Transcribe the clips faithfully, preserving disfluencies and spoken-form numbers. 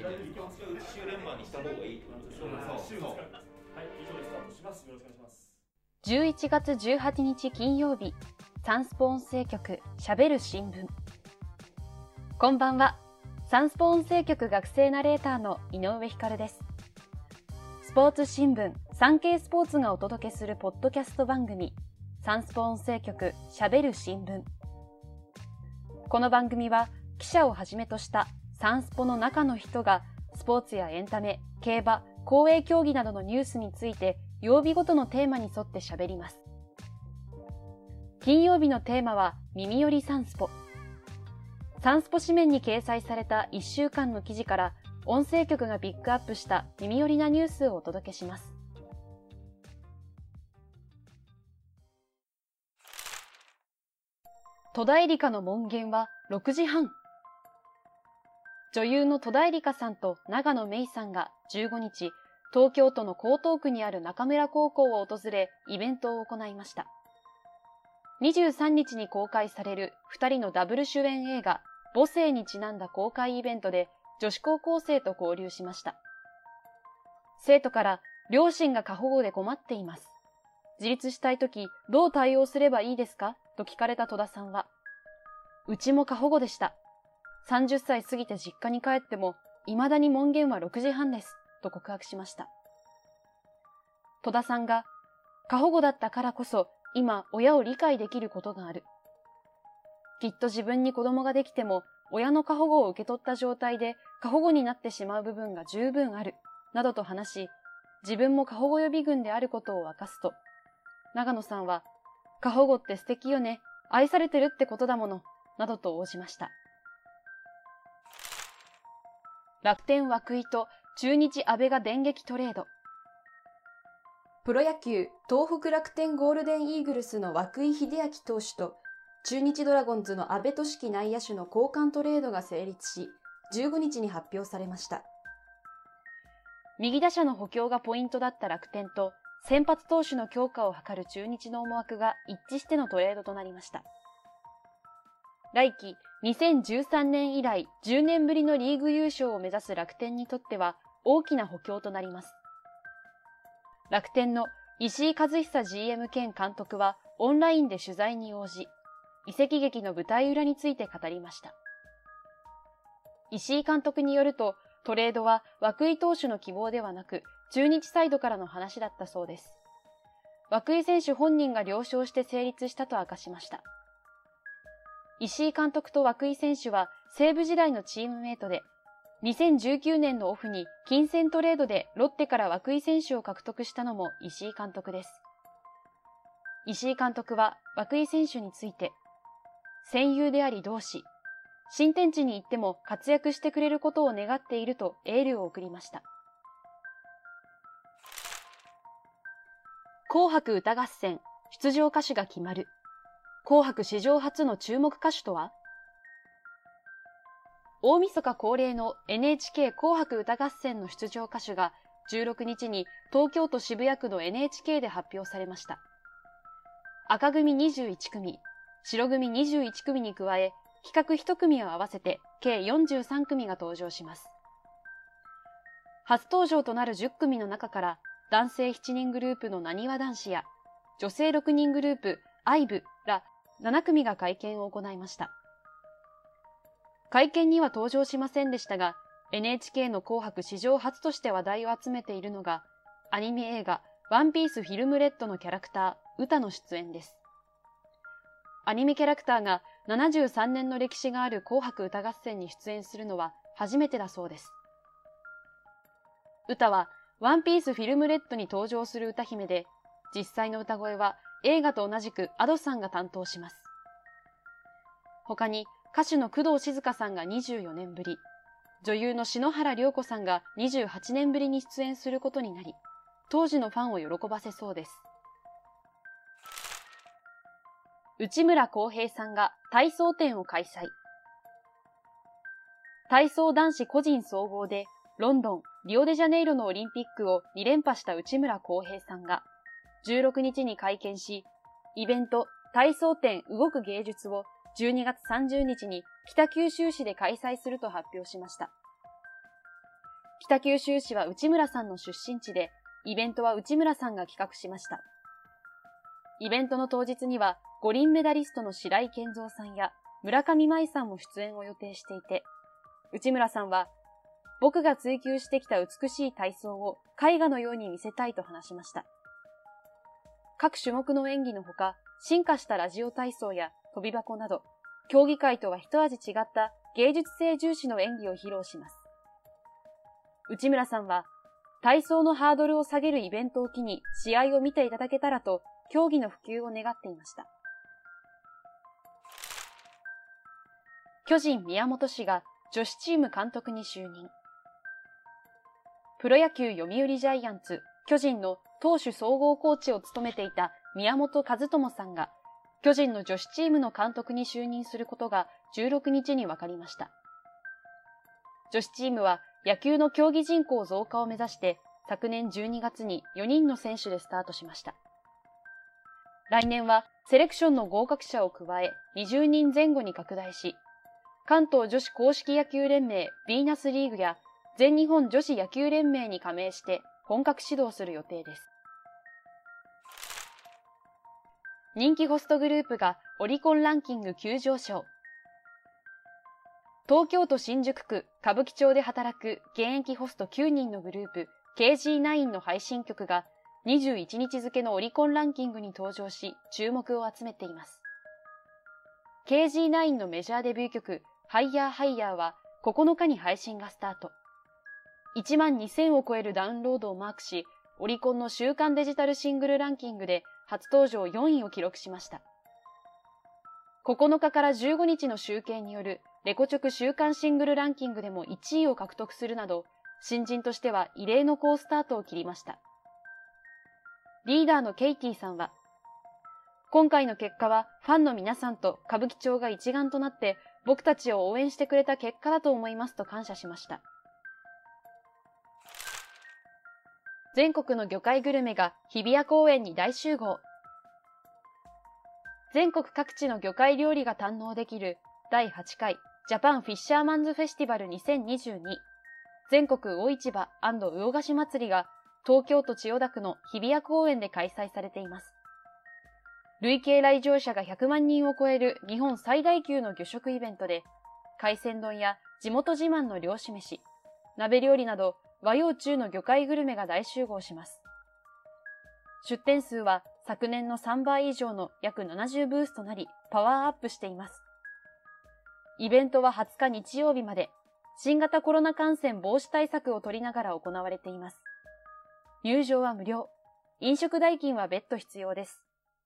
てるんですか？それを週連番にした方がいいってことですよね。そうそう。はい、以上でスタートします。よろしくお願いします。 じゅういちがつじゅうはちにち金曜日、サンスポ音声局しゃべる新聞。こんばんは。サンスポ音声局学生ナレーターの井上光です。スポーツ新聞サンケイスポーツがお届けするポッドキャスト番組、サンスポ音声局しゃべる新聞。この番組は記者をはじめとしたサンスポの中の人がスポーツやエンタメ、競馬、公営競技などのニュースについて曜日ごとのテーマに沿ってしゃべります。金曜日のテーマは耳よりサンスポ。サンスポ紙面に掲載されたいっしゅうかんの記事から音声局がピックアップした耳よりなニュースをお届けします。戸田恵梨香の門限はろくじはん。女優の戸田恵梨香さんと永野芽郁さんがじゅうごにち、東京都の江東区にある中村高校を訪れ、イベントを行いました。にじゅうさんにちに公開されるふたりのダブル主演映画、母性にちなんだ公開イベントで女子高校生と交流しました。生徒から、両親が過保護で困っています。自立したいとき、どう対応すればいいですかと聞かれた戸田さんは、うちも過保護でした。さんじゅっさい過ぎて実家に帰っても、未だに門限はろくじはんです。と告白しました。戸田さんが、過保護だったからこそ、今、親を理解できることがある。きっと自分に子供ができても、親の過保護を受け取った状態で過保護になってしまう部分が十分ある、などと話し、自分も過保護予備軍であることを明かすと、永野さんは、過保護って素敵よね、愛されてるってことだもの、などと応じました。楽天涌井と中日阿部が電撃トレード。プロ野球東北楽天ゴールデンイーグルスの涌井秀章投手と中日ドラゴンズの阿部俊樹内野手の交換トレードが成立し、じゅうごにちに発表されました。右打者の補強がポイントだった楽天と先発投手の強化を図る中日の思惑が一致してのトレードとなりました。来季にせんじゅうさんねん以来じゅうねんぶりのリーグ優勝を目指す楽天にとっては大きな補強となります。楽天の石井一久 ジーエム 兼監督はオンラインで取材に応じ、移籍劇の舞台裏について語りました。石井監督によると、トレードは涌井投手の希望ではなく、中日サイドからの話だったそうです。涌井選手本人が了承して成立したと明かしました。石井監督と涌井選手は西武時代のチームメイトで、にせんじゅうきゅうねんのオフに金銭トレードでロッテから涌井選手を獲得したのも石井監督です。石井監督は涌井選手について、戦友であり同志、新天地に行っても活躍してくれることを願っているとエールを送りました。紅白歌合戦出場歌手が決まる。紅白史上初の注目歌手とは？大晦日恒例の エヌエイチケー 紅白歌合戦の出場歌手がじゅうろくにちに東京都渋谷区の エヌエイチケー で発表されました。赤組にじゅういちくみ、白組にじゅういちくみに加え、企画いち組を合わせて計よんじゅうさんくみが登場します。初登場となるじゅっくみの中から男性しちにんグループのなにわ男子や女性ろくにんグループアイブらななくみが会見を行いました。会見には登場しませんでしたが、エヌエイチケー の紅白史上初として話題を集めているのが、アニメ映画ワンピースフィルムレッドのキャラクター、ウタの出演です。アニメキャラクターがななじゅうさんねんの歴史がある紅白歌合戦に出演するのは初めてだそうです。ウタはワンピースフィルムレッドに登場する歌姫で、実際の歌声は映画と同じく Ado さんが担当します。他に歌手の工藤静香さんがにじゅうよねんぶり、女優の篠原涼子さんがにじゅうはちねんぶりに出演することになり、当時のファンを喜ばせそうです。内村航平さんが体操展を開催。体操男子個人総合でロンドン、リオデジャネイロのオリンピックをに連覇した内村航平さんがじゅうろくにちに会見し、イベント体操展動く芸術をじゅうにがつさんじゅうにちに北九州市で開催すると発表しました。 北九州市は内村さんの出身地で、イベントは内村さんが企画しました。イベントの当日には、五輪メダリストの白井健三さんや村上舞さんも出演を予定していて、内村さんは、僕が追求してきた美しい体操を絵画のように見せたいと話しました。各種目の演技のほか、進化したラジオ体操や飛び箱など、競技会とは一味違った芸術性重視の演技を披露します。内村さんは、体操のハードルを下げるイベントを機に試合を見ていただけたらと、競技の普及を願っていました。巨人宮本氏が女子チーム監督に就任。プロ野球読売ジャイアンツ、巨人の投手総合コーチを務めていた宮本和知さんが、巨人の女子チームの監督に就任することがじゅうろくにちに分かりました。女子チームは野球の競技人口増加を目指して、昨年じゅうにがつによにんの選手でスタートしました。来年はセレクションの合格者を加えにじゅうにんぜん後に拡大し、関東女子硬式野球連盟ヴィーナスリーグや全日本女子野球連盟に加盟して本格指導する予定です。人気ホストグループがオリコンランキング急上昇。東京都新宿区歌舞伎町で働く現役ホストきゅうにんのグループ ケージーナイン の配信曲がにじゅういちにち付のオリコンランキングに登場し注目を集めています。ケージーナイン のメジャーデビュー曲ハイヤーハイヤーはここのかに配信がスタート。いちまんにせんを超えるダウンロードをマークし、オリコンの週間デジタルシングルランキングで初登場よんいを記録しました。ここのかからじゅうごにちの集計によるレコチョク週間シングルランキングでもいちいを獲得するなど、新人としては異例の好スタートを切りました。リーダーのケイティさんは、今回の結果はファンの皆さんと歌舞伎町が一丸となって僕たちを応援してくれた結果だと思いますと感謝しました。全国の魚介グルメが日比谷公園に大集合。全国各地の魚介料理が堪能できるだいはちかいジャパンフィッシャーマンズフェスティバルにせんにじゅうに全国魚市場&魚菓子祭りが東京都千代田区の日比谷公園で開催されています。累計来場者がひゃくまんにんを超える日本最大級の魚食イベントで、海鮮丼や地元自慢の漁師飯、鍋料理など和洋中の魚介グルメが大集合します。出店数は昨年のさんばい以上の約ななじゅうブースとなり、パワーアップしています。イベントははつか日曜日まで、新型コロナ感染防止対策を取りながら行われています。入場は無料。飲食代金は別途必要です。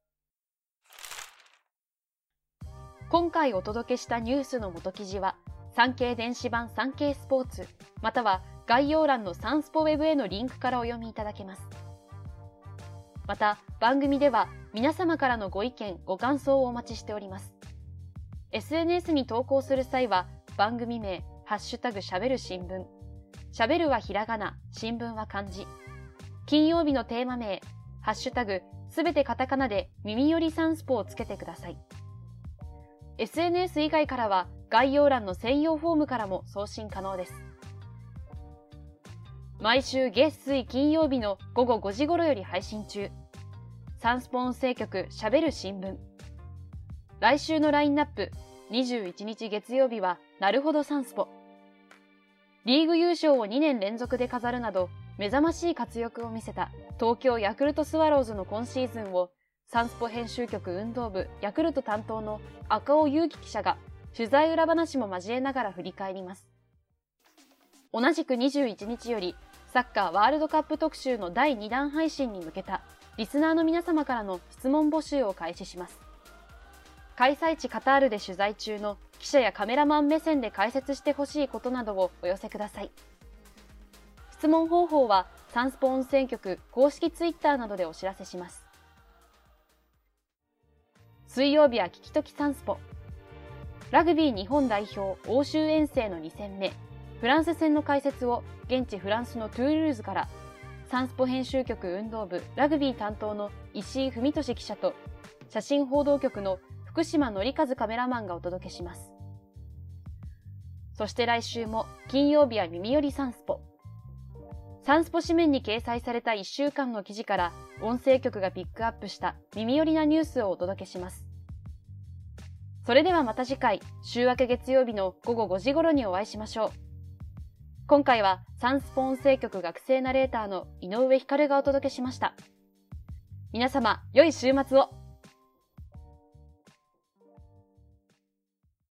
今回お届けしたニュースの元記事は、産経電子版産経スポーツ、または概要欄のサンスポウェブへのリンクからお読みいただけます。また、番組では皆様からのご意見、ご感想をお待ちしております。エスエヌエス に投稿する際は、番組名、ハッシュタグしゃべる新聞、しゃべるはひらがな、新聞は漢字、金曜日のテーマ名、ハッシュタグ、すべてカタカナで耳よりサンスポをつけてください。エスエヌエス 以外からは概要欄の専用フォームからも送信可能です。毎週月水金曜日のごごごじ頃より配信中。サンスポ音声局しゃべる新聞。来週のラインナップ、にじゅういちにち月曜日はなるほどサンスポ。リーグ優勝をにねん連続で飾るなど目覚ましい活躍を見せた東京ヤクルトスワローズの今シーズンをサンスポ編集局運動部ヤクルト担当の赤尾祐樹記者が取材裏話も交えながら振り返ります。同じくにじゅういちにちよりサッカーワールドカップ特集のだいにだん配信に向けたリスナーの皆様からの質問募集を開始します。開催地カタールで取材中の記者やカメラマン目線で解説してほしいことなどをお寄せください。質問方法はサンスポ音声局公式ツイッターなどでお知らせします。水曜日は聞きときサンスポ。ラグビー日本代表欧州遠征のに戦目、フランス戦の解説を現地フランスのトゥールーズからサンスポ編集局運動部ラグビー担当の石井文俊記者と写真報道局の福島紀和カメラマンがお届けします。そして来週も金曜日は耳よりサンスポ。 サンスポ紙面に掲載されたいっしゅうかんの記事から音声局がピックアップした耳寄りなニュースをお届けします。それではまた次回、週明け月曜日のごごごじ頃にお会いしましょう。今回はサンスポ音声局学生ナレーターの井上光がお届けしました。皆様、良い週末を。